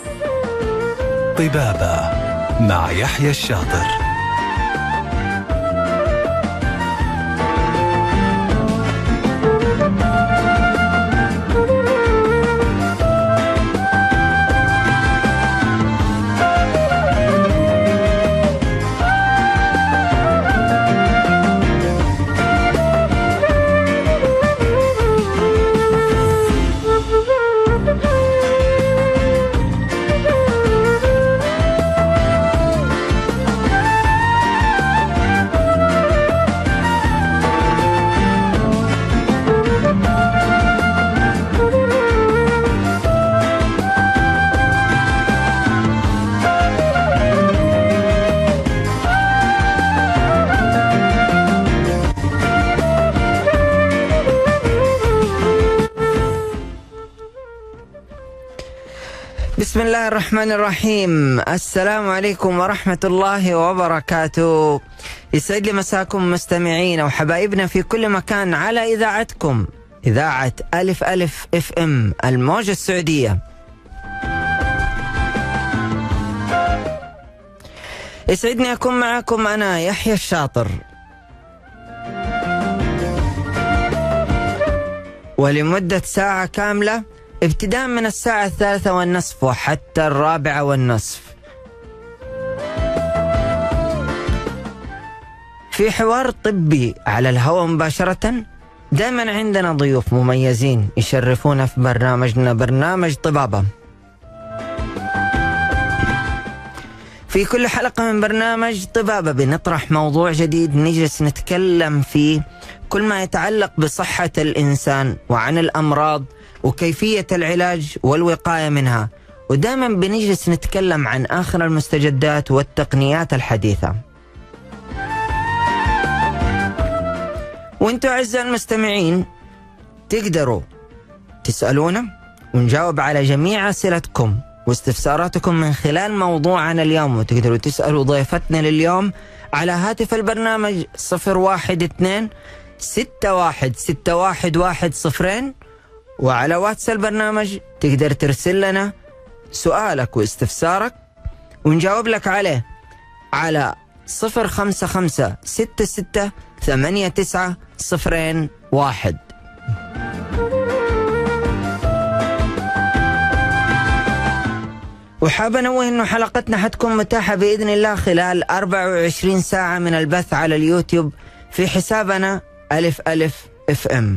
طبابة مع يحيى الشاطر. بسم الله الرحمن الرحيم. السلام عليكم ورحمة الله وبركاته. يسعد لي مساكم مستمعين وحبايبنا في كل مكان على إذاعتكم، إذاعة ألف ألف اف ام الموجة السعودية. يسعدني أكون معكم أنا يحيى الشاطر، ولمدة ساعة كاملة ابتداء من الساعة 3:30 وحتى 4:30 في حوار طبي على الهواء مباشرة. دائما عندنا ضيوف مميزين يشرفونا في برنامجنا، برنامج طبابة. في كل حلقة من برنامج طبابة بنطرح موضوع جديد نجلس نتكلم فيه كل ما يتعلق بصحة الإنسان وعن الأمراض وكيفية العلاج والوقاية منها، ودائما بنجلس نتكلم عن آخر المستجدات والتقنيات الحديثة. وانتوا أعزائي المستمعين تقدروا تسألونا ونجاوب على جميع أسئلتكم واستفساراتكم من خلال موضوعنا اليوم، وتقدروا تسألوا ضيفتنا لليوم على هاتف البرنامج 012-6161-110، وعلى واتس البرنامج تقدر ترسل لنا سؤالك واستفسارك ونجاوب لك عليه على 055-66-89-01. وحاب أنوه أنه حلقتنا حتكون متاحة بإذن الله خلال 24 ساعة من البث على اليوتيوب في حسابنا ألف ألف اف ام،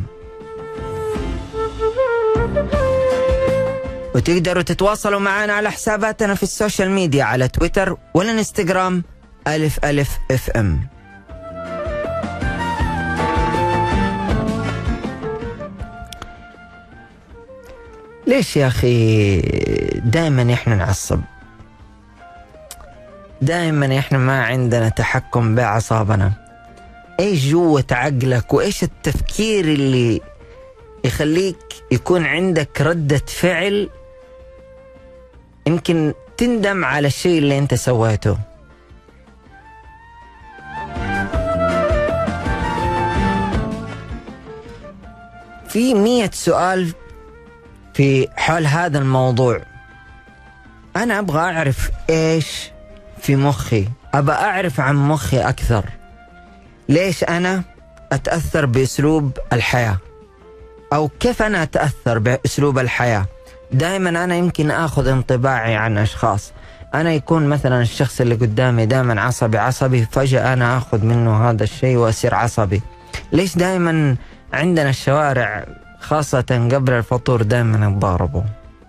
وتقدروا تتواصلوا معنا على حساباتنا في السوشيال ميديا على تويتر والانستغرام ألف ألف اف ام. ليش يا أخي دائما إحنا نعصب؟ دائما إحنا ما عندنا تحكم بأعصابنا. إيش جوة عقلك وإيش التفكير اللي يخليك يكون عندك ردة فعل يمكن تندم على الشيء اللي أنت سويته؟ في 100 سؤال في حول هذا الموضوع. أنا أبغى أعرف إيش في مخي، أبغى أعرف عن مخي أكثر. ليش أنا أتأثر بأسلوب الحياة، أو كيف أنا أتأثر بأسلوب الحياة؟ دائما أنا يمكن أخذ انطباعي عن أشخاص، أنا يكون مثلا الشخص اللي قدامي دائما عصبي، فجأة أنا أخذ منه هذا الشيء وأصير عصبي. ليش دائما عندنا الشوارع خاصة قبل الفطور دائما نتضاربوا؟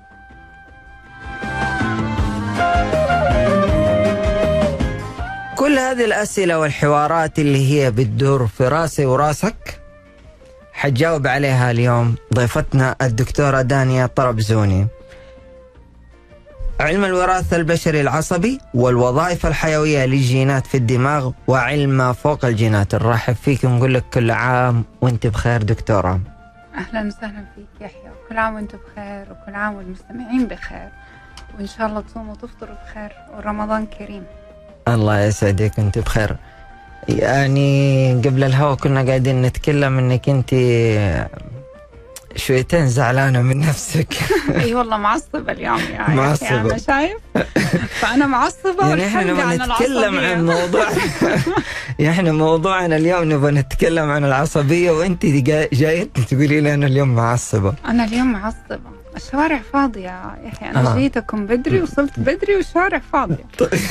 كل هذه الأسئلة والحوارات اللي هي بتدور في راسي وراسك حتجاوب عليها اليوم ضيفتنا الدكتورة دانيا طربزوني، علم الوراثة البشري العصبي والوظائف الحيوية للجينات في الدماغ وعلم ما فوق الجينات. نرحب فيك ونقول لك كل عام وانت بخير دكتورة. أهلا وسهلا فيك يحيى، كل عام وانتم بخير وكل عام والمستمعين بخير، وإن شاء الله تصوموا وتفطروا بخير ورمضان كريم. الله يسعدك وانت بخير. يعني قبل الهوا كنا قاعدين نتكلم انك انت شويتين زعلانة من نفسك. اي والله معصبة اليوم يا معصبة. أنا شايف. فأنا معصبة يعني احنا والحلقة نبغى عن نتكلم العصبية. عن موضوع احنا موضوعنا اليوم نبغى نتكلم عن العصبية، وانت جاية تقولي لي انا اليوم معصبة. أنا اليوم معصبة، الشوارع فاضية يا يحيى. أنا جيتكم بدري، وصلت بدري والشوارع فاضية.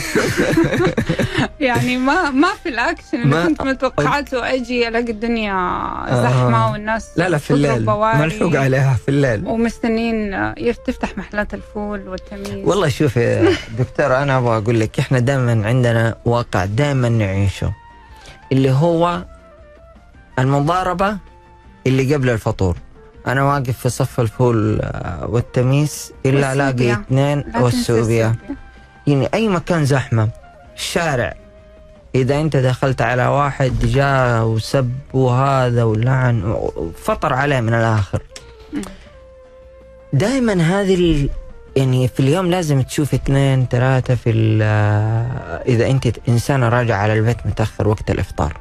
يعني ما في الأكشن اللي كنت متوقعته. أجي ألاقي الدنيا زحمة والناس لا في الليل ملحوق عليها في الليل، ومستنين تفتح محلات الفول والتمييز. والله شوف يا دكتور، أنا أبغى أقول لك إحنا دائما عندنا واقع دائما نعيشه، اللي هو المضاربة اللي قبل الفطور. أنا واقف في صف الفول والتميس إلا ألاقي اثنين، والسوبيا. يعني أي مكان زحمة، الشارع إذا أنت دخلت على واحد جاء وسب وهذا ولعن وفطر عليه من الآخر. دائما هذه يعني في اليوم لازم تشوف 2 3 في إذا أنت إنسانة راجعة على البيت متأخر وقت الإفطار.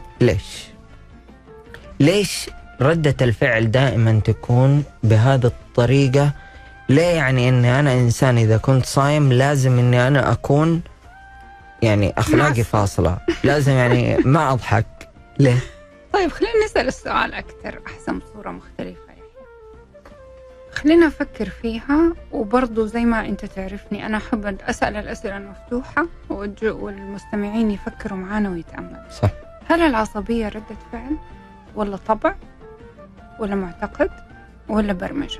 ليش ردة الفعل دائما تكون بهذه الطريقة؟ ليه؟ يعني إني أنا إنسان إذا كنت صايم لازم إني أنا أكون يعني أخلاقي فاصلة، لازم يعني ما أضحك. ليه؟ طيب خلينا نسأل السؤال أكثر أحسن بصورة مختلفة. خلينا نفكر فيها، وبرضو زي ما أنت تعرفني أنا أحب أسأل الأسئلة المفتوحة والمستمعين يفكروا معانا ويتأملوا. صح. هل العصبية ردة فعل، ولا طبع، ولا معتقد، ولا برمجة؟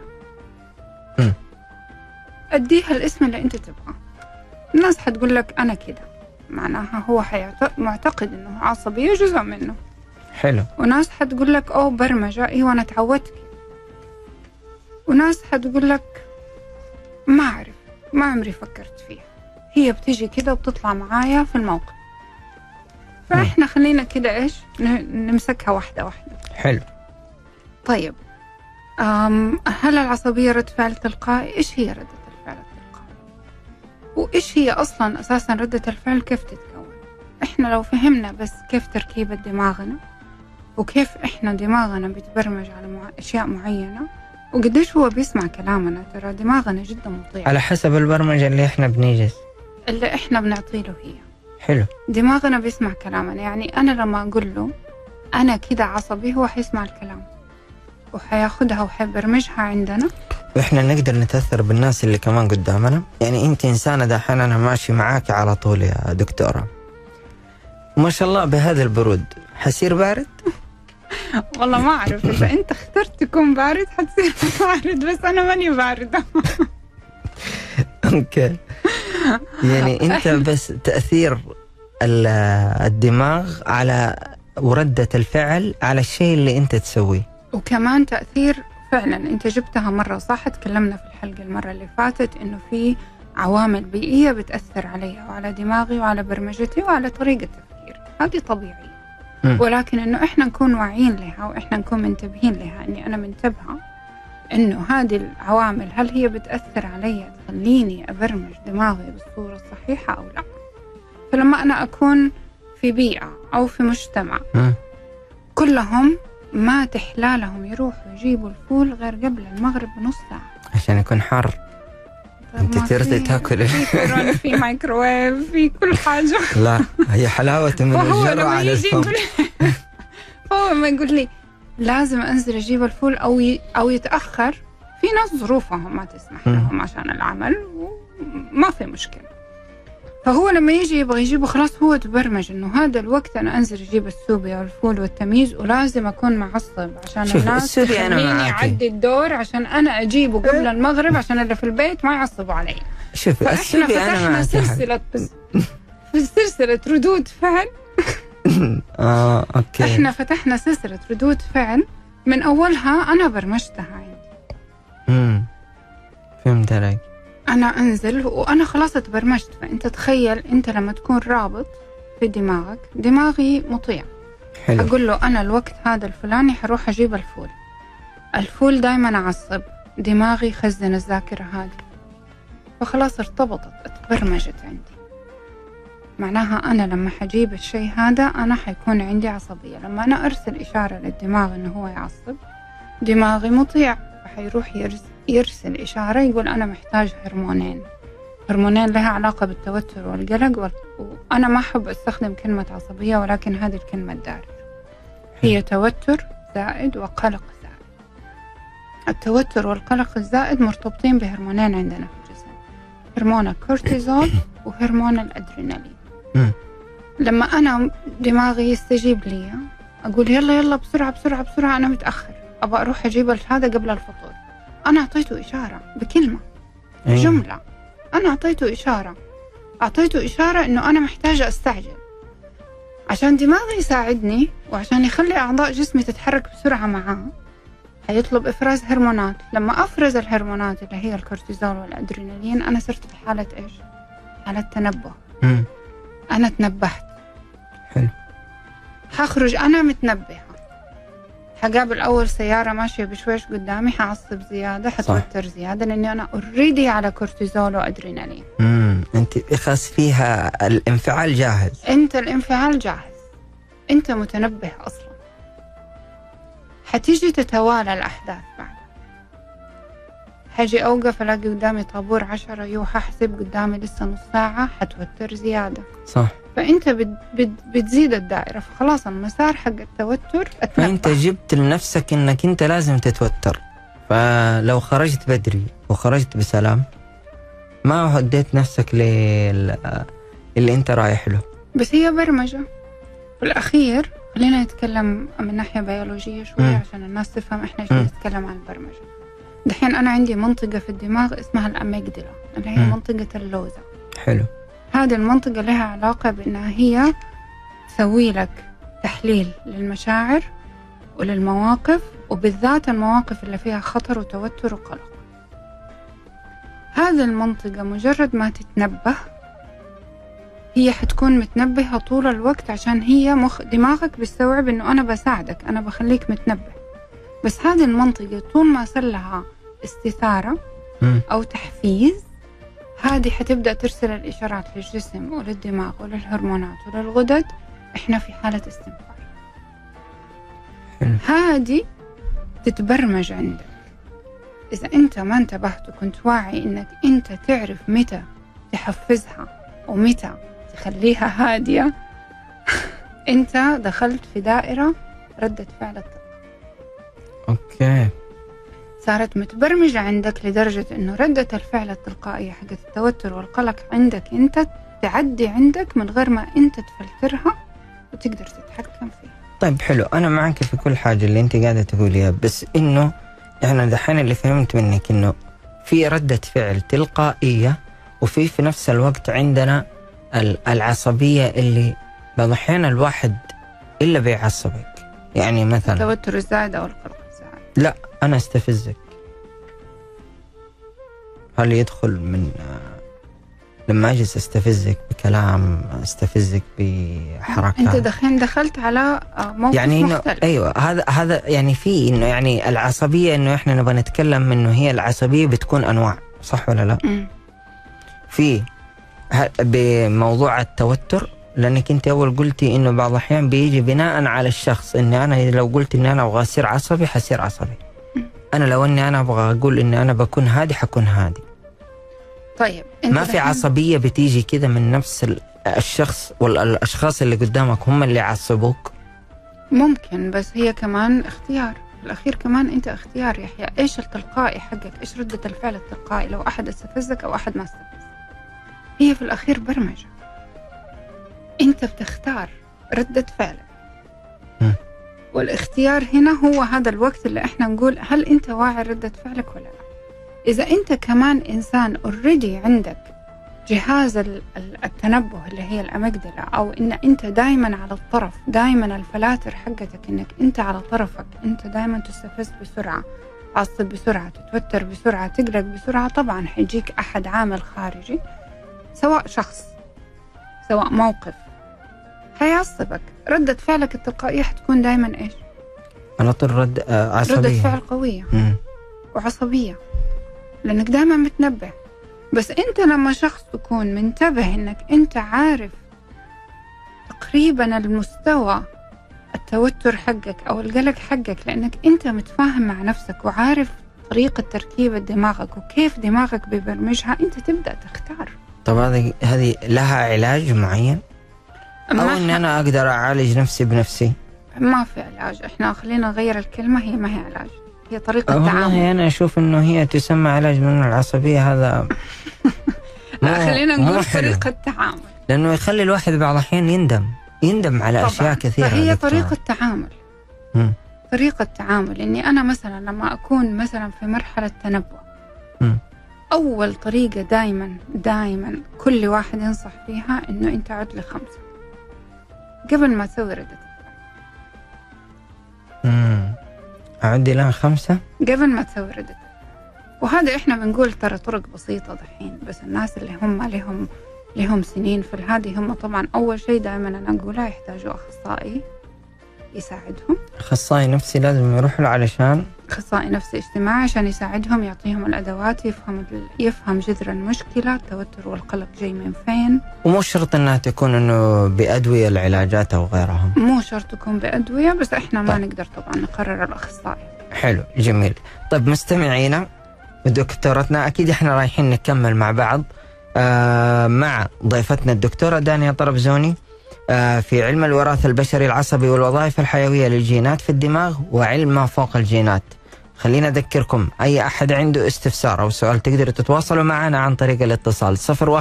أديها الاسم اللي أنت تبغاه. الناس حتقول لك أنا كده، معناها هو معتقد إنه عصبية جزء منه. حلو. وناس حتقول لك أو برمجة، إيوه أنا تعودت كده. وناس حتقول لك ما أعرف، ما عمري فكرت فيها، هي بتيجي كده وبتطلع معايا في الموقف. فإحنا خلينا كده إيش نمسكها واحدة واحدة. حلو. طيب هل العصبية رد فعل تلقائي؟ إيش هي ردة الفعل التلقائي؟ وإيش هي أصلا أساسا ردة الفعل؟ كيف تتكون؟ إحنا لو فهمنا بس كيف تركيبة دماغنا، وكيف إحنا دماغنا بيتبرمج على أشياء معينة، وقديش هو بيسمع كلامنا. ترى دماغنا جدا مطيع على حسب البرمجة اللي إحنا بنيجي اللي إحنا بنعطي له هي. حلو. دماغنا بيسمع كلامنا. يعني أنا لما أقول له أنا كده عصبي، هو حيسمع الكلام وحياخدها وحيبرمجها عندنا. وإحنا نقدر نتأثر بالناس اللي كمان قدامنا. يعني أنت إنسانة دحين أنا ماشي معاك على طول يا دكتورة، ما شاء الله بهذا البرود حصير بارد؟ والله ما أعرف، إذا أنت اخترت تكون بارد حتصير بارد، بس أنا ماني باردة. أوكي. يعني أنت بس تأثير الدماغ على وردة الفعل على الشيء اللي أنت تسويه، وكمان تأثير فعلا أنت جبتها مرة صح. تكلمنا في الحلقة المرة اللي فاتت إنه في عوامل بيئية بتأثر عليها وعلى دماغي وعلى برمجتي وعلى طريقة تفكير. هذه طبيعية. ولكن إنه إحنا نكون واعيين لها وإحنا نكون منتبهين لها. إني أنا منتبهة إنه هذه العوامل هل هي بتأثر علي تخليني أبرمج دماغي بالصورة الصحيحة أو لا. فلما أنا أكون في بيئة أو في مجتمع كلهم ما تحلالهم يروحوا يجيبوا الفول غير قبل المغرب بنص ساعة عشان يكون حار، انت ترضي تاكل في مايكروويف في كل حاجة. لا هي حلاوة من الجرة على الفم. هو ما يقول لي لازم أنزل أجيب الفول أو يتأخر، في ناس ظروفهم ما تسمح لهم عشان العمل وما في مشكلة. فهو لما يجي يبغى يجيبه خلاص هو تبرمج إنه هذا الوقت أنا أنزل أجيب السوبيا والفول والتمييز، ولازم أكون معصب عشان الناس تخليني أعدي الدور عشان أنا أجيبه قبل المغرب عشان اللي في البيت ما يعصبوا علي. شوف فإحنا فتحنا سلسلة ردود فعل. أوكي. إحنا فتحنا سلسلة ردود فعل من أولها أنا برمجتها عندي. فهمت عليك. أنا أنزل وأنا خلاص تبرمجت. فأنت تخيل أنت لما تكون رابط في دماغك، دماغي مطيع. حلو. أقول له أنا الوقت هذا الفلاني حروح أجيب الفول دايما أعصب، دماغي خزن الذاكرة هذه، فخلاص ارتبطت اتبرمجت عندي. معناها أنا لما حجيب الشيء هذا أنا حيكون عندي عصبية. لما أنا أرسل إشارة للدماغ إنه هو يعصب، دماغي مطيع، فحيروح يرسل إشارة يقول أنا محتاج هرمونين لها علاقة بالتوتر والقلق وأنا ما أحب أستخدم كلمة عصبية، ولكن هذه الكلمة الدارجة هي توتر زائد وقلق زائد. التوتر والقلق الزائد مرتبطين بهرمونين عندنا في الجسم، هرمون الكورتيزول وهرمون الأدرينالين. لما أنا دماغي يستجيب لي أقول يلا بسرعة بسرعة بسرعة، أنا متأخر، أبغى أروح أجيب هذا قبل الفطور، أنا أعطيته إشارة بكلمة جملة، أنا أعطيته إشارة إنه أنا محتاجة أستعجل عشان دماغي يساعدني وعشان يخلي أعضاء جسمي تتحرك بسرعة معاه. هيطلب إفراز هرمونات، لما أفرز الهرمونات اللي هي الكورتيزول والأدرينالين أنا صرت في حالة إيش؟ حالة تنبه. أنا تنبهت. حلو. حخرج أنا متنبهة، حقابل أول سيارة ماشية بشويش قدامي حعصب زيادة، حتوتر زيادة، لأني أنا أوريدي على كورتيزول وأدرينالين. أنت خاص فيها الانفعال جاهز. أنت الانفعال جاهز، أنت متنبه أصلا. حتيجي تتوالى الأحداث بعد، حاجي أوقف ألاقي قدامي طابور 10 يوحى، حسب قدامي لسه نص ساعة، حتوتر زيادة. صح. فأنت بتزيد الدائرة، فخلاص المسار حق التوتر أتنبه. فأنت جبت لنفسك إنك أنت لازم تتوتر، فلو خرجت بدري وخرجت بسلام ما هديت نفسك اللي أنت رايح له. بس هي برمجة في الأخير. خلينا نتكلم من ناحية بيولوجية شوية عشان الناس تفهم إحنا إيش نتكلم عن البرمجة. دحين أنا عندي منطقة في الدماغ اسمها الأميجدلا اللي هي منطقة اللوزة. حلو. هذه المنطقة لها علاقة بأنها هي تسوي لك تحليل للمشاعر وللمواقف، وبالذات المواقف اللي فيها خطر وتوتر وقلق. هذه المنطقة مجرد ما تتنبه هي حتكون متنبهة طول الوقت، عشان هي دماغك بيستوعب إنه أنا بساعدك، أنا بخليك متنبه. بس هذه المنطقة طول ما صار لها استثارة أو تحفيز، هذه حتبدأ ترسل الإشارات للجسم وللدماغ وللهرمونات وللغدد إحنا في حالة استنفار. هذه تتبرمج عندك. إذا أنت ما انتبهت وكنت واعي إنك أنت تعرف متى تحفزها ومتى تخليها هادية، أنت دخلت في دائرة ردة فعل التلقائي. أوكي. صارت متبرمجة عندك لدرجة إنه ردة الفعل التلقائية حقت التوتر والقلق عندك أنت تعدي عندك من غير ما أنت تفلترها وتقدر تتحكم فيها. طيب حلو، أنا معك في كل حاجة اللي أنت قاعدة تقوليها، بس إنه يعني دحين اللي فهمت منك إنه في ردة فعل تلقائية وفي نفس الوقت عندنا العصبية اللي بعض الأحيان الواحد إلا بيعصبك. يعني مثلا التوتر الزائد أو القلق الزائد. لا، أنا استفزك، هل يدخل من لما أجلس استفزك بكلام، استفزك بحركة؟ أنت دخلت على موقف يعني مختلف. أيوة، هذا يعني في إنه يعني العصبية، إنه إحنا نبغى نتكلم إنه هي العصبية بتكون أنواع، صح ولا لا؟ في بموضوع التوتر، لأنك أنت أول قلتي إنه بعض الأحيان بيجي بناء على الشخص، إني أنا لو قلت إني أنا أبغى أصير عصبي حصير عصبي، أنا لو إني أنا أبغى أقول إني أنا بكون هادي حكون هادي. طيب ما في عصبية بتيجي كده من نفس الشخص والأشخاص اللي قدامك هم اللي يعصبوك؟ ممكن، بس هي كمان اختيار. في الأخير كمان أنت اختيار يحيى، إيش التلقائي حقك، إيش ردة الفعل التلقائي لو أحد استفزك أو أحد ما استفزك. هي في الأخير برمجة، أنت بتختار ردة فعلك. والاختيار هنا هو هذا الوقت اللي إحنا نقول هل أنت واعي ردة فعلك ولا لا. إذا أنت كمان إنسان أوريدي عندك جهاز التنبه اللي هي الأميجدلا، أو إن أنت دايما على الطرف، دايما الفلاتر حقتك إنك أنت على طرفك، أنت دايما تستفز بسرعة، تعصب بسرعة، تتوتر بسرعة، تقلق بسرعة، طبعا حيجيك أحد عامل خارجي، سواء شخص سواء موقف، هيعصبك. ردة فعلك التلقائية حتكون دايما إيش؟ على طول عصبية، ردة فعل قوية وعصبية، لأنك دائما متنبه. بس أنت لما شخص تكون منتبه إنك أنت عارف تقريبا المستوى التوتر حقك أو القلق حقك، لأنك أنت متفاهم مع نفسك وعارف طريقة تركيبة دماغك وكيف دماغك بيبرمجها، أنت تبدأ تختار. طب هذه لها علاج معين أو إن أنا أقدر أعالج نفسي بنفسي؟ ما في علاج، إحنا خلينا نغير الكلمة، هي ما هي علاج، هي طريقة تعامل. والله أنا أشوف إنه هي تسمى علاج من العصبية، هذا خلينا نقول طريقة تعامل، لأنه يخلي الواحد بعض الأحيان يندم على طبعًا أشياء كثيرة. فهي طريقة تعامل. طريقة تعامل إني أنا مثلا لما أكون مثلا في مرحلة تنبؤ، أول طريقة دائما كل واحد ينصح فيها إنه أنت عد ل5 قبل ما تسوي ردة الفعل. أعد لها 5 قبل ما تسوي ردة الفعل. وهذا إحنا بنقول ترى طرق بسيطة دحين، بس الناس اللي هم لهم سنين في هذه، هم طبعا أول شيء دائما أنا أقولها يحتاجوا أخصائي يساعدهم. أخصائي نفسي لازم يروح له، علشان أخصائي نفسي اجتماعي عشان يساعدهم، يعطيهم الأدوات، يفهم جذر المشكلة، التوتر والقلق جاي من فين. ومو شرط أنها تكون إنه بأدوية العلاجات أو غيرها، مو شرط تكون بأدوية، بس إحنا ما نقدر طبعا نقرر الأخصائي. حلو، جميل. طيب مستمعينا ودكتورتنا، أكيد إحنا رايحين نكمل مع بعض مع ضيفتنا الدكتورة دانيا طربزوني في علم الوراثة البشري العصبي والوظائف الحيوية للجينات في الدماغ وعلم ما فوق الجينات. خلينا أذكركم، أي أحد عنده استفسار أو سؤال تقدروا تتواصلوا معنا عن طريق الاتصال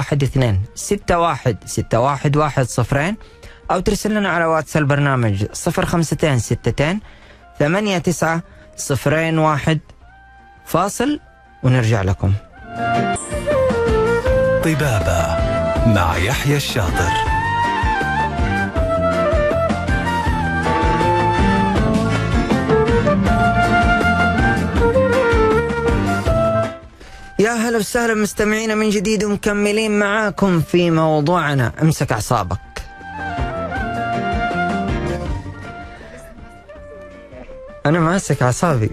012-61-111-0 أو ترسل لنا على واتس البرنامج 052-62-89-01. فاصل ونرجع لكم. طبابة مع يحيى الشاطر. يا هلا وسهلا مستمعينا من جديد، ومكملين معاكم في موضوعنا امسك أعصابك. أنا ماسك أعصابي.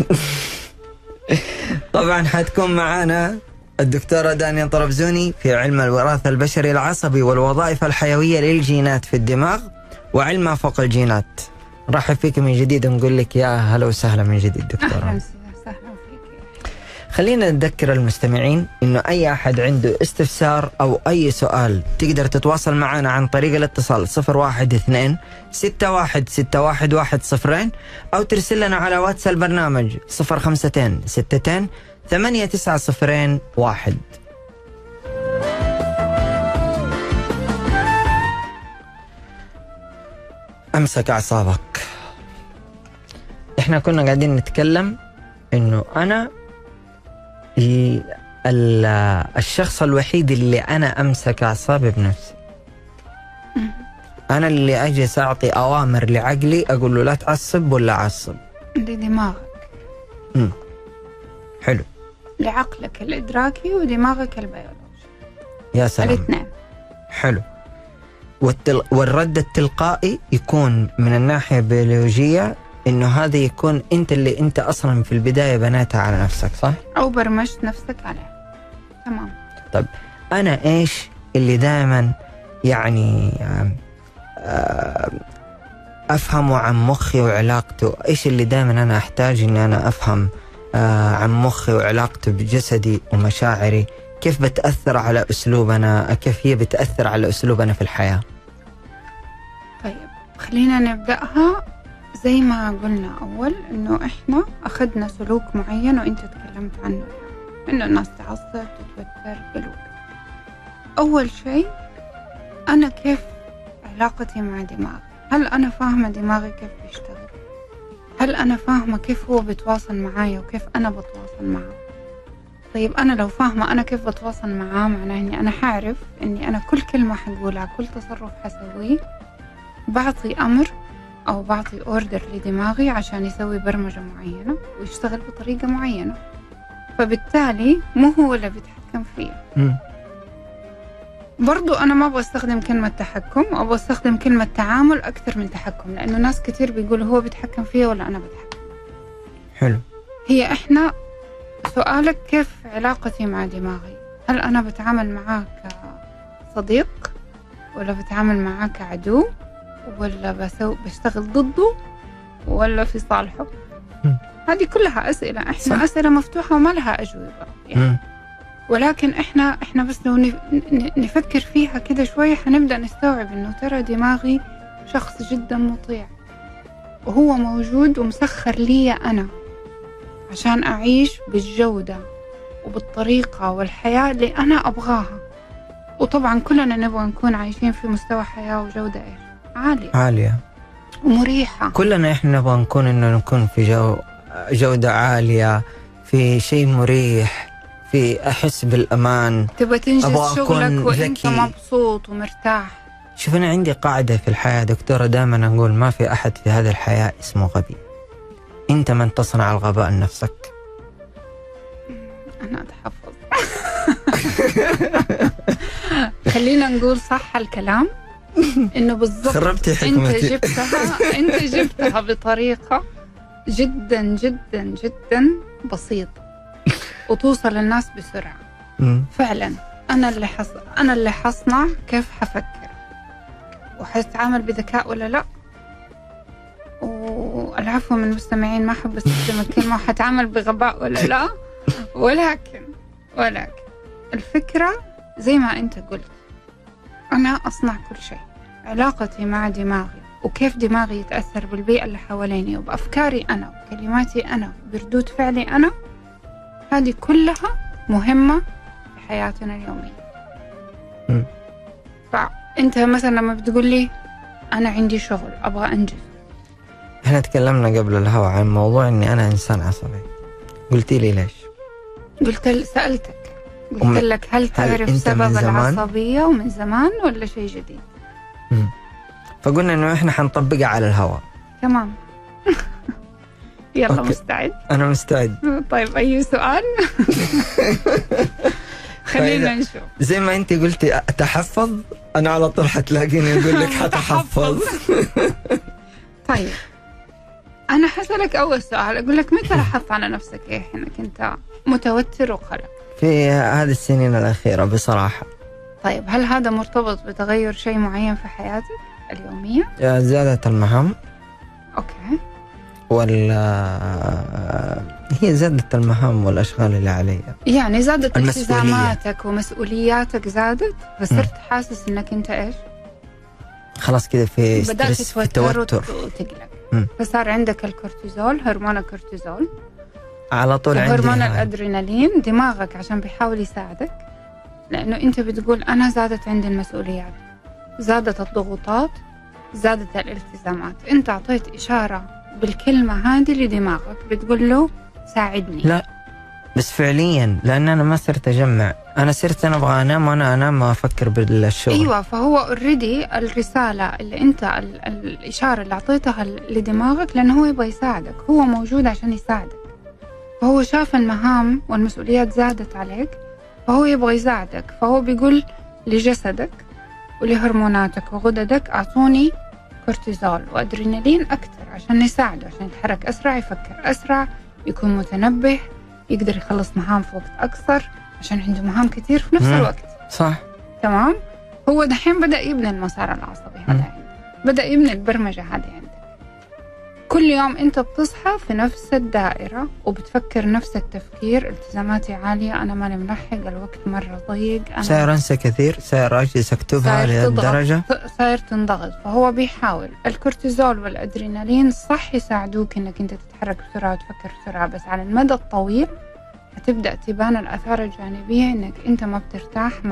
طبعا حتكون معانا الدكتورة دانيا طربزوني في علم الوراثة البشري العصبي والوظائف الحيوية للجينات في الدماغ وعلم ما فوق الجينات. نرحب فيك من جديد ونقول لك يا هلا وسهلا من جديد دكتورة. أهلا وسهلا فيك. خلينا نذكر المستمعين إنه أي أحد عنده استفسار أو أي سؤال تقدر تتواصل معنا عن طريق الاتصال 012-61-61-110 أو ترسل لنا على واتس البرنامج 052-62-89-01. أمسك أعصابك. إحنا كنا قاعدين نتكلم إنه أنا الشخص الوحيد اللي أنا أمسك أعصابي بنفسي. أنا اللي أجلس أعطي أوامر لعقلي، أقول له لا تعصب ولا عصب. لدماغك. حلو. لعقلك الإدراكي ودماغك البيولوجي. يا سلام. الاثنين. حلو. والرد التلقائي يكون من الناحية البيولوجية، إنه هذا يكون أنت أصلا في البداية بنيتها على نفسك، صح؟ أو برمجت نفسك عليها. تمام. طيب أنا إيش اللي دائما يعني أفهمه عن مخي وعلاقته؟ إيش اللي دائما أنا أحتاج إني أنا أفهم عن مخي وعلاقته بجسدي ومشاعري؟ كيف بتأثر على أسلوبنا؟ كيف هي بتأثر على أسلوبنا في الحياة؟ طيب خلينا نبدأها زي ما قلنا أول، إنه إحنا أخذنا سلوك معين وإنت تكلمت عنه اليوم، إنه الناس تعصب تتوتر قلوب. أول شيء أنا كيف علاقتي مع دماغي؟ هل أنا فاهمة دماغي كيف بيشتغل؟ هل أنا فاهمة كيف هو بيتواصل معايا وكيف أنا بتواصل معه؟ طيب أنا لو فاهمة أنا كيف بتواصل معاه، معناه إني أنا حعرف إني أنا كل كلمة حقولها، كل تصرف حسويه بعطي أمر أو بعطي أوردر لدماغي عشان يسوي برمجة معينة ويشتغل بطريقة معينة، فبالتالي مو هو اللي بيتحكم فيه. برضو أنا ما أبغى أستخدم كلمة تحكم، أبغى أستخدم كلمة تعامل أكثر من تحكم، لأنه ناس كتير بيقولوا هو بيتحكم فيه ولا أنا بتحكم. حلو. هي إحنا سؤالك كيف علاقتي مع دماغي؟ هل أنا بتعامل معاه كصديق ولا بتعامل معاه كعدو ولا بشتغل ضده ولا في صالحه؟ هذه كلها أسئلة، إحنا صح. أسئلة مفتوحة وما لها أجوبة يعني. ولكن إحنا بس لو نفكر فيها كده شوي حنبدأ نستوعب إنه ترى دماغي شخص جدا مطيع، وهو موجود ومسخر لي أنا عشان أعيش بالجودة وبالطريقة والحياة اللي أنا أبغاها. وطبعا كلنا نبغى نكون عايشين في مستوى حياة وجودة عالية ومريحة. كلنا إحنا نبغى نكون في جودة عالية، في شيء مريح، في أحس بالأمان، تبغى تنجز شغلك وإنت مبسوط ومرتاح. شوف، أنا عندي قاعدة في الحياة دكتورة، دائما أقول ما في أحد في هذه الحياة اسمه غبي، أنت من تصنع الغباء لنفسك. أنا أتحفظ. خلينا نقول صح الكلام، إنه بالضبط أنت جبتها بطريقة جدا جدا جدا بسيطة وتوصل للناس بسرعة. فعلا أنا اللي حصنع كيف حفكر، وحتعامل بذكاء ولا لا. والعفو من المستمعين، ما أحب استخدم الكلمة حتعامل بغباء ولا لا. ولكن الفكرة زي ما أنت قلت، أنا أصنع كل شيء. علاقتي مع دماغي وكيف دماغي يتأثر بالبيئة اللي حواليني وبأفكاري أنا وكلماتي أنا وبردود فعلي أنا، هذه كلها مهمة في حياتنا اليومية. فأنت مثلا لما بتقول لي أنا عندي شغل أبغى أنجز، احنا تكلمنا قبل الهوا عن موضوع إني أنا إنسان عصبي، قلتي لي ليش؟ سألتك قلت لك هل تعرف سبب العصبية ومن زمان ولا شيء جديد؟ فقلنا إنه إحنا حنطبقها على الهوا. تمام. يلا. أوكي. مستعد؟ أنا مستعد. طيب أي سؤال؟ خلينا نشوف. زي ما أنت قلتي أتحفظ، أنا على طول حتلاقيني أقول لك حتحفظ. طيب أنا حسألك أول سؤال، أقول لك متى لاحظت على نفسك إنك أنت متوتر وقلق؟ في هذه السنين الأخيرة بصراحة. طيب هل هذا مرتبط بتغير شيء معين في حياتك اليومية؟ زادت المهام. أوكي. هي زادت المهام والأشغال اللي علي، يعني زادت التزاماتك ومسؤولياتك زادت، فصرت حاسس إنك أنت إيش؟ خلاص كده في ستريس، في توتر وتقلق. فصار عندك الكورتيزول، هرمون الكورتيزول على طول، عندي هرمون الأدرينالين. دماغك عشان بيحاول يساعدك، لأنه أنت بتقول أنا زادت عندي المسؤوليات، زادت الضغوطات، زادت الالتزامات. أنت أعطيت إشارة بالكلمة هذه لدماغك، بتقول له ساعدني. لا بس فعليا، لأن أنا ما صرت أجمع، أنا صرت أنا أبغى أنام وأنا أنام ما أفكر بالشغل. أيوة، فهو اوريدي الرسالة اللي أنت الإشارة اللي أعطيتها لدماغك، لأنه هو يبغى يساعدك، هو موجود عشان يساعدك. فهو شاف المهام والمسؤوليات زادت عليك، فهو يبغى يساعدك. فهو بيقول لجسدك ولهرموناتك وغددك أعطوني كورتيزول وأدرينالين أكتر عشان يساعده، عشان يتحرك أسرع، يفكر أسرع، يكون متنبه، يقدر يخلص مهام في وقت أقصر، عشان عنده مهام كتير في نفس الوقت. صح. تمام. هو دحين بدأ يبني المسار العصبي هذا عندك، بدأ يبني البرمجة هذه عندك. كل يوم أنت بتصحى في نفس الدائرة وبتفكر نفس التفكير، التزاماتي عالية، أنا ماني ملحق، الوقت مرة ضيق، أنا صاير أنسى كثير، صاير أجلس أكتبها لهالدرجة، صاير تنضغط. فهو بيحاول الكورتيزول والأدرينالين صح يساعدوك إنك أنت تتحرك بسرعة وتفكر بسرعة، بس على المدى الطويل هتبدأ تبان الآثار الجانبية، إنك أنت ما بترتاح،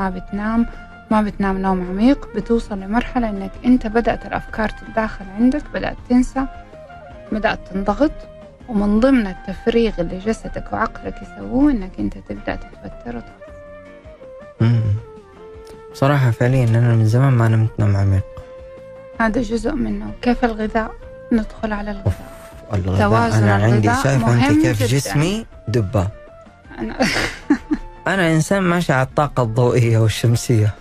ما بتنام نوم عميق، بتوصل لمرحلة إنك أنت بدأت الأفكار تتداخل عندك، بدأت تنسى، بدأت تنضغط. ومن ضمن التفريغ اللي جسدك وعقلك يسووه إنك أنت تبدأ تتوتر وتعصب. بصراحة فعليا أنا من زمان ما نمت نوم عميق. هذا جزء منه. كيف الغذاء؟ ندخل على الغذاء. الغذاء أنا عندي، شايفة أنت كيف جسمي دبة. أنا إنسان ماشي على الطاقة الضوئية والشمسية.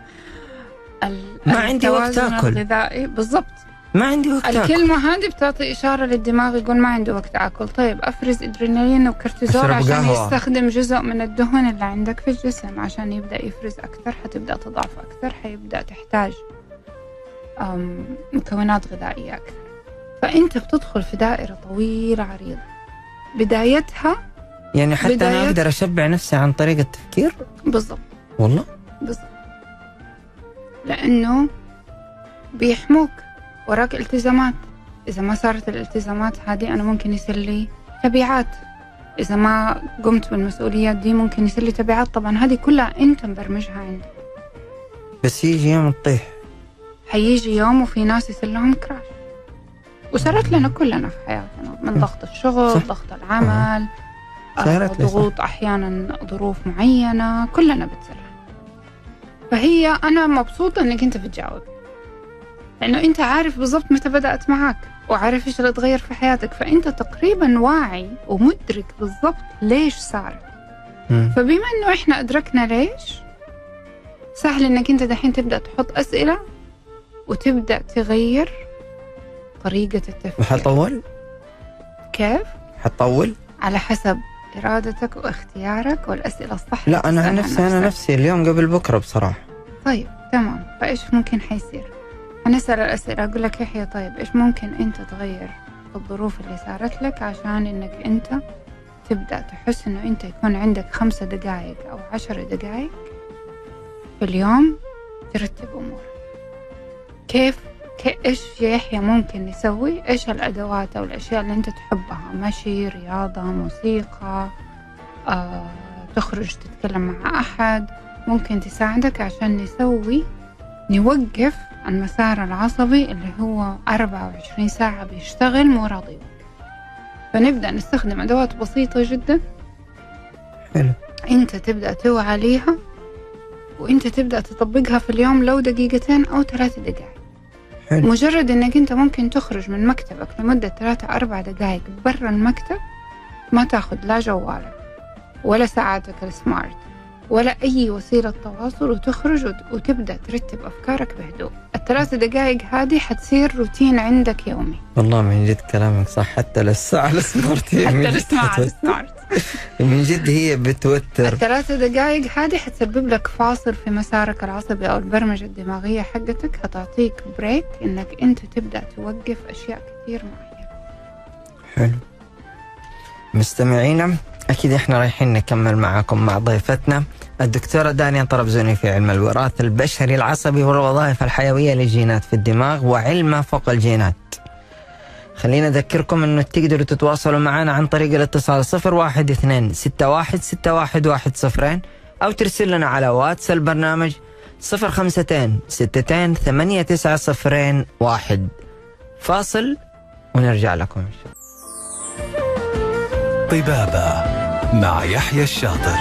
ما عندي وقت أكل. الغذائي بالضبط، ما عندي وقت أكل. الكلمة هذه بتعطي إشارة للدماغ يقول ما عنده وقت أكل. طيب أفرز إدرينالين وكورتيزول عشان يستخدم جزء من الدهن اللي عندك في الجسم عشان يبدأ يفرز أكثر، حتبدأ تضعف أكثر، حيبدأ تحتاج مكونات غذائية أكثر. فأنت بتدخل في دائرة طويلة عريضة بدايتها يعني حتى أنا أقدر أشبع نفسي عن طريق التفكير. بالضبط. والله بالضبط، لأنه بيحموك وراك التزامات. إذا ما صارت الالتزامات هذه أنا ممكن يصير لي تبعات. إذا ما قمت بالمسؤوليات دي ممكن يصير لي تبعات. طبعا هذه كلها أنت مبرمجها عندك. بس يجي يوم تطيح. حيجي يوم وفي ناس يصير لهم كراش، وصارت لنا كلنا في حياتنا من ضغط الشغل، صح. ضغط العمل، ضغوط أحيانا ظروف معينة كلنا بتصير. فهي أنا مبسوطة أنك أنت بتجاوب، لأنه أنت عارف بالضبط متى بدأت معك وعارف إيش اللي تغير في حياتك، فأنت تقريبا واعي ومدرك بالضبط ليش صارت. فبما أنه إحنا أدركنا ليش، سهل أنك أنت دحين تبدأ تحط أسئلة وتبدأ تغير طريقة التفكير. وحطول؟ كيف؟ حطول؟ على حسب إرادتك واختيارك والأسئلة الصح. لا أنا عن نفسي أنا نفسي اليوم قبل بكرة بصراحة. طيب تمام، فإيش ممكن حيصير؟ هنسأل الأسئلة. أقول لك يحيى طيب إيش ممكن أنت تغير الظروف اللي صارت لك عشان إنك أنت تبدأ تحس إنه أنت يكون عندك 5 دقائق أو 10 دقائق في اليوم ترتب أمورك. كيف إيش يا يحيى ممكن نسوي؟ إيش الأدوات أو الأشياء اللي أنت تحبها؟ مشي، رياضة، موسيقى، تخرج تتكلم مع أحد ممكن تساعدك عشان نوقف المسار العصبي اللي هو 24 ساعة بيشتغل مو راضي. فنبدأ نستخدم أدوات بسيطة جدا. حلو. أنت تبدأ توعى ليها وأنت تبدأ تطبقها في اليوم، لو 2 أو 3 دقائق. حلو. مجرد أنك أنت ممكن تخرج من مكتبك لمدة 3-4 دقائق برا المكتب، ما تاخد لا جوالك ولا ساعاتك السمارت ولا أي وسيلة تواصل، وتخرج وتبدأ ترتب أفكارك بهدوء. 3 دقائق هذه حتصير روتين عندك يومي. والله من جد كلامك صح. حتى للساعة السمارت حتى الساعة السمارت من جد هي بتوتر. 3 دقائق هذه حتسبب لك فاصل في مسارك العصبي أو البرمجة الدماغية حقتك، هتعطيك بريك إنك أنت تبدأ توقف أشياء كثير معينة. حلو. مستمعينا، أكيد إحنا رايحين نكمل معاكم مع ضيفتنا الدكتورة دانيا طرابزوني في علم الوراثة البشري العصبي والوظائف الحيوية للجينات في الدماغ وعلم ما فوق الجينات. خلينا أذكركم أنه تقدروا تتواصلوا معنا عن طريق الاتصال 012-61-61-110 أو ترسل لنا على واتس البرنامج 052-62-8901. فاصل ونرجع لكم إن شاء الله. طبابة مع يحيى الشاطر.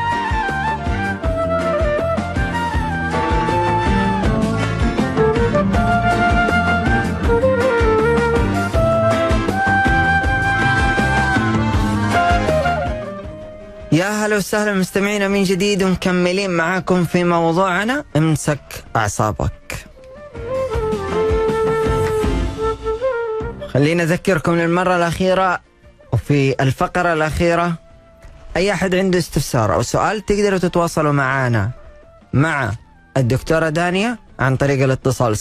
يا هلا وسهلا مستمعينا من جديد، ومكملين معاكم في موضوعنا امسك أعصابك. خلينا أذكركم للمرة الأخيرة وفي الفقرة الأخيرة، أي أحد عنده استفسار أو سؤال تقدروا تتواصلوا معنا مع الدكتورة دانيا عن طريق الاتصال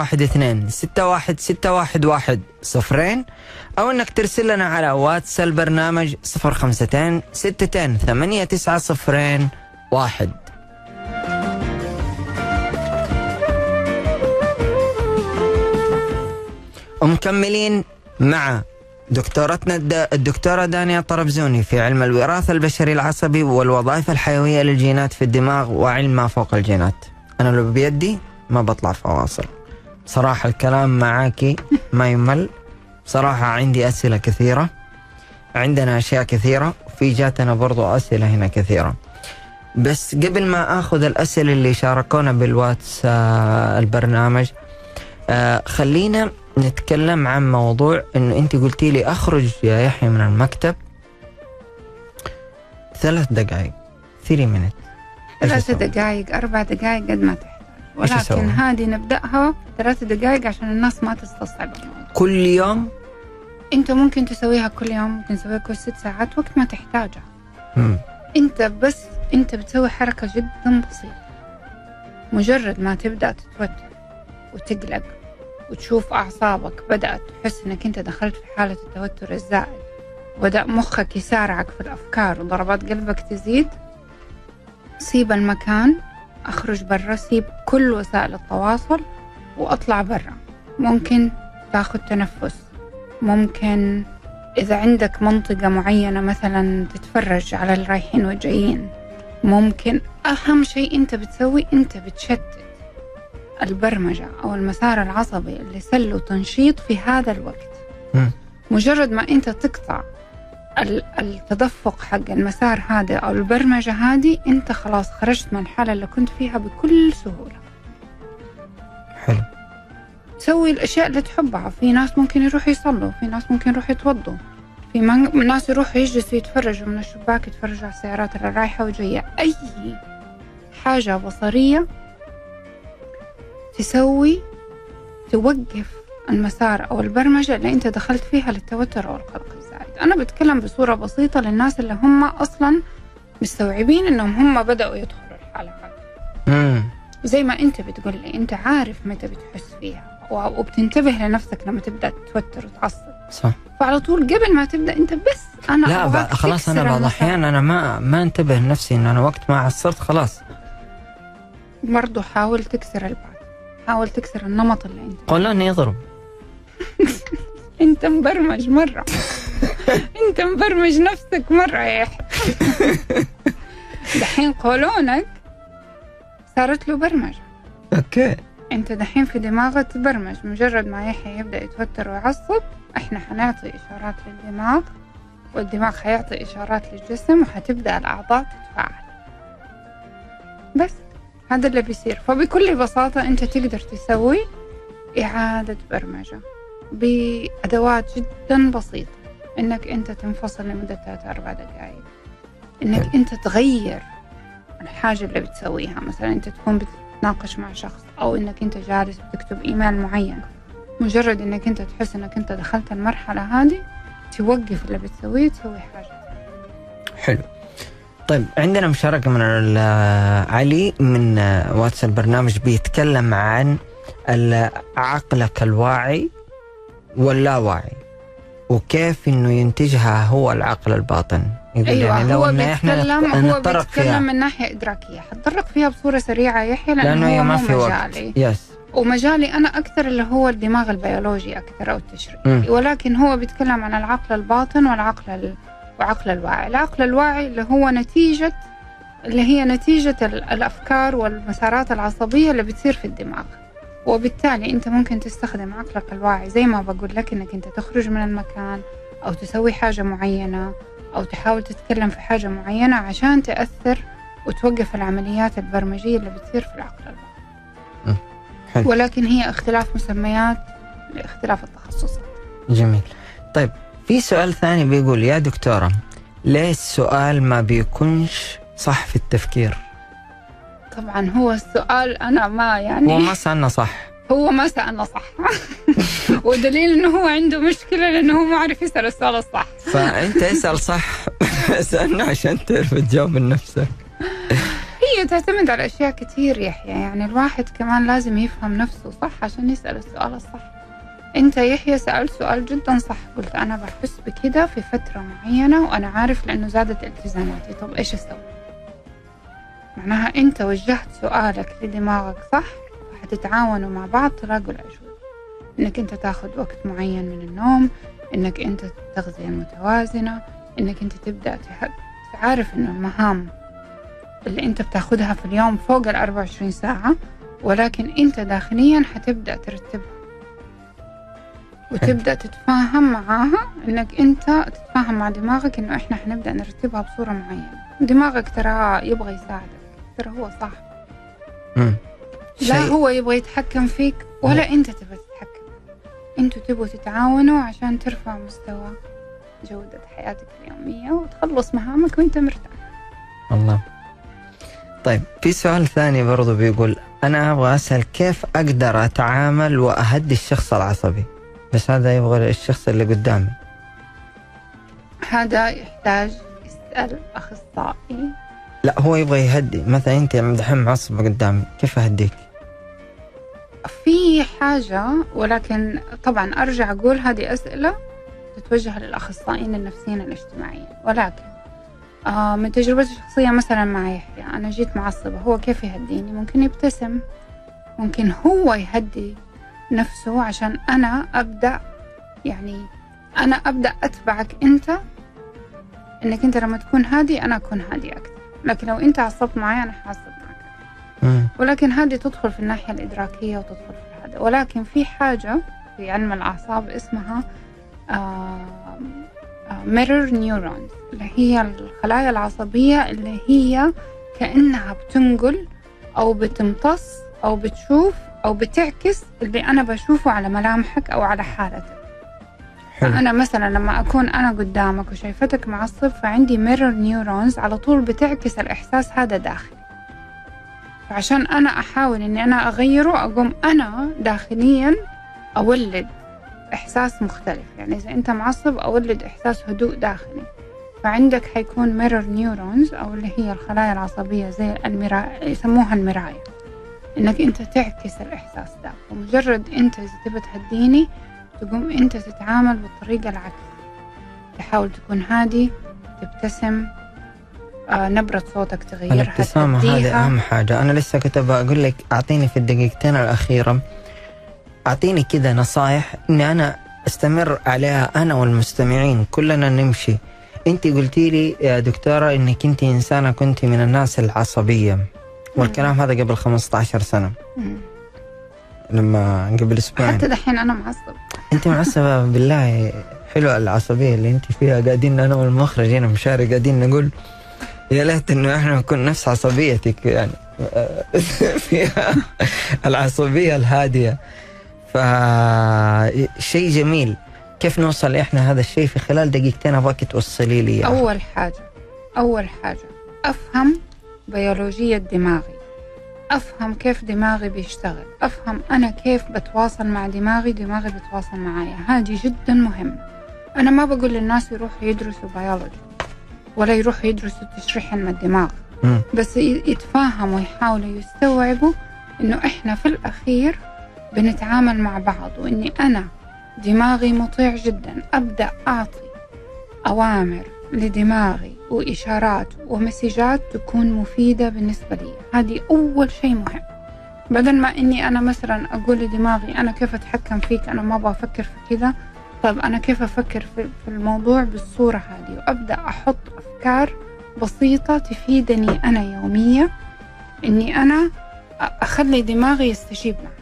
012-61-61-110 أو أنك ترسل لنا على واتس البرنامج 052-62-8901. ومكملين مع دكتورتنا الدكتورة دانيا طرابزوني في علم الوراثة البشري العصبي والوظائف الحيوية للجينات في الدماغ وعلم ما فوق الجينات. أنا لو بيدي ما بطلع فواصل صراحة، الكلام معاكي ما يمل. صراحة عندي أسئلة كثيرة، عندنا أشياء كثيرة، وفي جاتنا برضو أسئلة هنا كثيرة. بس قبل ما أخذ الأسئلة اللي شاركونا بالواتس البرنامج، خلينا نتكلم عن موضوع إنه أنت قلتي لي أخرج يا يحيى من المكتب 3 دقائق 3 minutes. 3 دقائق 4 دقائق قد ما تحتاج، ولكن هذه نبدأها 3 دقائق عشان الناس ما تستصعب الموضوع. كل يوم؟ أنت ممكن تسويها كل يوم، ممكن تسويها كل 6 ساعات وقت ما تحتاجها. أنت بتسوي حركة جدا بسيطة. مجرد ما تبدأ تتوتر وتقلق وتشوف أعصابك بدأت تحس إنك أنت دخلت في حالة التوتر الزائد، وبدأ مخك يسارعك في الأفكار وضربات قلبك تزيد، سيب المكان، أخرج برا، سيب كل وسائل التواصل وأطلع برا. ممكن تاخد تنفس، ممكن إذا عندك منطقة معينة مثلا تتفرج على الرايحين والجايين، ممكن أهم شيء أنت بتسوي أنت بتشتت البرمجة أو المسار العصبي اللي سله تنشيط في هذا الوقت. مجرد ما أنت تقطع التدفق حق المسار هذا أو البرمجة هذه، أنت خلاص خرجت من الحالة اللي كنت فيها بكل سهولة. حلو. تسوي الأشياء اللي تحبها. في ناس ممكن يروحوا يصلوا، في ناس ممكن يروحوا يتوضوا، في ناس يروحوا يجلسوا يتفرجوا من الشباك، يتفرجوا على السيارات اللي رايحة وجاية. أي حاجة بصرية تسوي توقف المسار أو البرمجة اللي أنت دخلت فيها للتوتر أو القلق الزائد. أنا بتكلم بصورة بسيطة للناس اللي هم أصلا مستوعبين إنهم هم بدأوا يدخلوا الحالة هذه. زي ما أنت بتقول لي، أنت عارف متى بتحس فيها وبتنتبه لنفسك لما تبدأ تتوتر وتعصب. صح. فعلى طول قبل ما تبدأ أنت بس أنا لا خلاص، أنا بعض الأحيان أنا ما انتبه لنفسي إن أنا وقت ما عصرت خلاص. برضو حاول تكسر البعد، حاول تكسر النمط اللي أنت قولون يضرب. أنت مبرمج مرة. أنت مبرمج نفسك مرة يا يحيى. دحين قولونك صارت له برمجة. أوكي. أنت دحين في دماغك تبرمج. مجرد ما يحيى يبدأ يتوتر ويعصب، إحنا حنعطي إشارات للدماغ، والدماغ حيعطي إشارات للجسم، وحتبدأ الأعضاء تتفاعل. بس هذا اللي بيصير. فبكل بساطة أنت تقدر تسوي إعادة برمجة بأدوات جدا بسيطة. إنك أنت تنفصل لمدة 3-4 دقائق، إنك أنت تغير الحاجة اللي بتسويها. مثلا أنت تكون بتتناقش مع شخص، أو إنك أنت جالس بتكتب إيميل معين، مجرد إنك أنت تحس إنك أنت دخلت المرحلة هذه، توقف اللي بتسويه تسوي حاجة. حلو. طيب، عندنا مشاركة من علي من واتس البرنامج، بيتكلم عن عقلك الواعي واللاواعي، وكيف إنه ينتجها هو العقل الباطن. أيوة، يعني لو هو بيتكلم من ناحية إدراكية. حتطرق فيها بصورة سريعة يحيى، لأنه هو ما في مجالي. يس. ومجالي أنا أكثر اللي هو الدماغ البيولوجي أكثر أو التشريحي. ولكن هو بيتكلم عن العقل الباطن وعقل الواعي. العقل الواعي اللي هو هي نتيجة الأفكار والمسارات العصبية اللي بتصير في الدماغ. وبالتالي أنت ممكن تستخدم عقلك الواعي زي ما بقول لك، إنك أنت تخرج من المكان، أو تسوي حاجة معينة، أو تحاول تتكلم في حاجة معينة عشان تأثر وتوقف العمليات البرمجية اللي بتصير في العقل الواعي. ولكن هي اختلاف مسميات لاختلاف التخصصات. جميل. طيب، في سؤال ثاني بيقول: يا دكتورة، ليه السؤال ما بيكونش صح في التفكير؟ طبعا هو السؤال أنا هو ما سألنا صح. هو ما سألنا صح. ودليل إنه هو عنده مشكلة، لأنه هو ما عرف يسأل السؤال الصح. فأنت اسأل صح. سألنا عشان تعرف تجاوب لنفسك. هي تعتمد على أشياء كتير يحيى. يعني الواحد كمان لازم يفهم نفسه صح عشان يسأل السؤال الصح. أنت يحيى سألت سؤال جدا صح، قلت أنا بحس بكده في فترة معينة، وأنا عارف لأنه زادت التزاماتي. طب إيش أسوي؟ معناها أنت وجهت سؤالك لدماغك صح، وحتتعاونوا مع بعض تلاقوا الأجوبة. إنك أنت تاخد وقت معين من النوم، إنك أنت التغذية المتوازنة، إنك أنت تبدأ تعرف إنه المهام اللي أنت بتاخدها في اليوم فوق 24 ساعة، ولكن أنت داخليا حتبدأ ترتبها وتبدأ تتفاهم معاها. إنك أنت تتفاهم مع دماغك إنه إحنا حنبدأ نرتبها بصورة معينة. دماغك ترى يبغى يساعدك، ترى هو صح. لا هو يبغى يتحكم فيك ولا أنت تبغى تتحكم. أنتوا تبغوا تتعاونوا عشان ترفع مستوى جودة حياتك اليومية وتخلص مهامك وأنت مرتاح. الله. طيب، في سؤال ثاني برضو بيقول: أنا أبغى أسأل كيف أقدر أتعامل وأهدي الشخص العصبي، بس هذا يبغى الشخص اللي قدامي. هذا يحتاج يسأل أخصائي. لا، هو يبغى يهدي. مثلا أنت دحين معصبة قدامي، كيف أهديك؟ في حاجة، ولكن طبعا أرجع أقول هذه أسئلة تتوجه للأخصائيين النفسيين الاجتماعيين. ولكن من تجربتي الشخصية مثلا مع يحيى، أنا جيت معصبة، هو كيف يهديني؟ ممكن يبتسم، ممكن هو يهدي نفسه عشان أنا أبدأ، يعني أنا أبدأ أتبعك أنت، إنك أنت لما تكون هادي أنا أكون هادي أكثر، لكن لو أنت عصبت معي أنا حاصب معك. ولكن هذه تدخل في الناحية الإدراكية وتدخل في هذا. ولكن في حاجة في علم الأعصاب اسمها mirror neurons، اللي هي الخلايا العصبية اللي هي كأنها بتنقل أو بتمتص أو بتشوف أو بتعكس اللي أنا بشوفه على ملامحك أو على حالتك. فأنا مثلا لما أكون أنا قدامك وشايفتك معصب، فعندي mirror neurons على طول بتعكس الإحساس هذا داخلي. فعشان أنا أحاول إني أنا أغيره، أقوم أنا داخليا أولد إحساس مختلف. يعني إذا أنت معصب أولد إحساس هدوء داخلي، فعندك حيكون mirror neurons أو اللي هي الخلايا العصبية زي المراية، يسموها المراية، إنك أنت تعكس الإحساس ده. ومجرد أنت إذا تبى تهديني تقوم أنت تتعامل بالطريقة العكس، تحاول تكون هادي، تبتسم، نبرة صوتك تغيرها، الابتسامة هذه أهم حاجة. أنا لسه كنت بقول لك أعطيني في الدقيقتين الأخيرة، أعطيني كذا نصايح إني أنا أستمر عليها أنا والمستمعين كلنا نمشي. أنت قلتي لي يا دكتورة إنك أنت إنسانة كنت من الناس العصبية، والكلام هذا قبل 15 سنة. لما قبل أسبوعين حتى دحين أنا معصب. أنت معصبة بالله؟ حلوة العصبية اللي أنت فيها. قاعدين أنا والمخرج هنا مشاري قاعدين نقول يا ليت إنه إحنا نكون نفس عصبيتك، يعني فيها العصبية الهادية. فشيء جميل. كيف نوصل إحنا هذا الشيء في خلال دقيقتين؟ أبغاك توصلي لي. أول حاجة أفهم بيولوجية دماغي، أفهم كيف دماغي بيشتغل، أفهم أنا كيف بتواصل مع دماغي بتواصل معايا. هذه جدا مهمة. أنا ما بقول للناس يروحوا يدرسوا بيولوجي ولا يروحوا يدرسوا تشريح علم الدماغ، بس يتفاهموا ويحاولوا يستوعبوا إنه إحنا في الأخير بنتعامل مع بعض، وإني أنا دماغي مطيع جدا، أبدأ أعطي أوامر لدماغي وإشارات ومسجات تكون مفيدة بالنسبة لي. هذه أول شيء مهم. بدل ما إني أنا مثلا أقول لدماغي أنا كيف أتحكم فيك، أنا ما بفكر في كذا، طيب أنا كيف أفكر في الموضوع بالصورة هذه، وأبدأ أحط أفكار بسيطة تفيدني أنا يوميا، إني أنا أخلي دماغي يستجيب معي.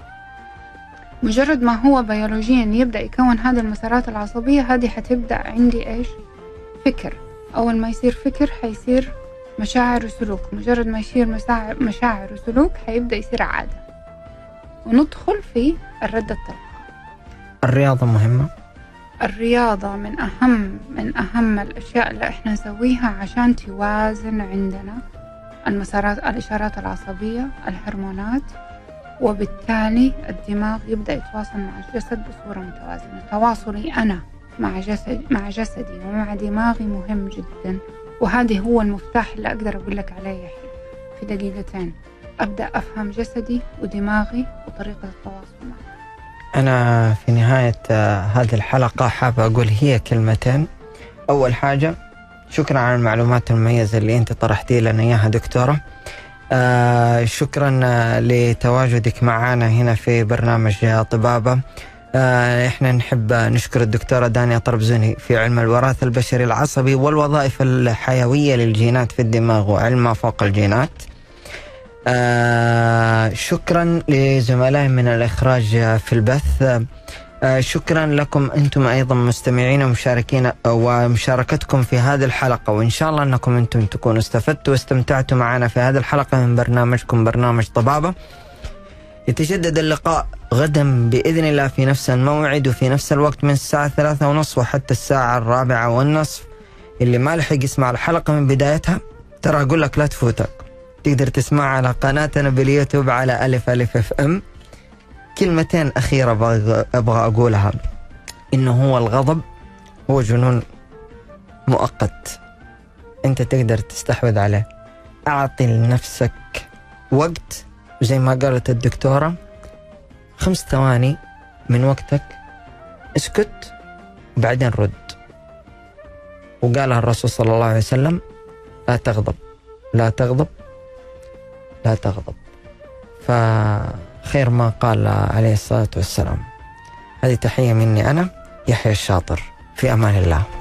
مجرد ما هو بيولوجيا يبدأ يكون هذه المسارات العصبية، هذه حتبدأ عندي إيش؟ فكر. أول ما يصير فكر حيصير مشاعر وسلوك، مجرد ما يصير مشاعر وسلوك حيبدأ يصير عادة، وندخل في الردة التلقائية. الرياضة مهمة. الرياضة من أهم الأشياء اللي إحنا نسويها عشان توازن عندنا الإشارات العصبية، الهرمونات، وبالتالي الدماغ يبدأ يتواصل مع الجسد بصورة متوازنة. تواصلي أنا مع جسدي ومع دماغي مهم جدا، وهذا هو المفتاح اللي أقدر أقول لك عليه يحيى في دقيقتين. أبدأ أفهم جسدي ودماغي وطريقة التواصل معه. أنا في نهاية هذه الحلقة حابة أقول هي كلمتين. أول حاجة شكرا على المعلومات المميزة اللي أنت طرحتي لنا إياها دكتورة. شكرا لتواجدك معنا هنا في برنامج طبابة. إحنا نحب نشكر الدكتورة دانيا طربزوني في علم الوراثة البشري العصبي والوظائف الحيوية للجينات في الدماغ وعلم ما فوق الجينات. شكرا لزملائي من الإخراج في البث. شكرا لكم أنتم أيضا مستمعين ومشاركين ومشاركتكم في هذه الحلقة، وإن شاء الله أنكم أنتم تكونوا استفدتوا واستمتعتوا معنا في هذه الحلقة من برنامجكم برنامج طبابة. يتجدد اللقاء غدا بإذن الله في نفس الموعد وفي نفس الوقت من الساعة 3:30 وحتى الساعة 4:15. اللي ما لحق يسمع الحلقة من بدايتها ترى أقول لك لا تفوتك، تقدر تسمع على قناتنا باليوتيوب على ألف FM. كلمتين أخيرة أبغى أقولها، إنه هو الغضب هو جنون مؤقت أنت تقدر تستحوذ عليه. أعطي لنفسك وقت زي ما قالت الدكتورة 5 ثواني من وقتك، اسكت وبعدين رد. وقالها الرسول صلى الله عليه وسلم: لا تغضب لا تغضب لا تغضب. فخير ما قال عليه الصلاة والسلام. هذه تحية مني أنا يحيى الشاطر، في أمان الله.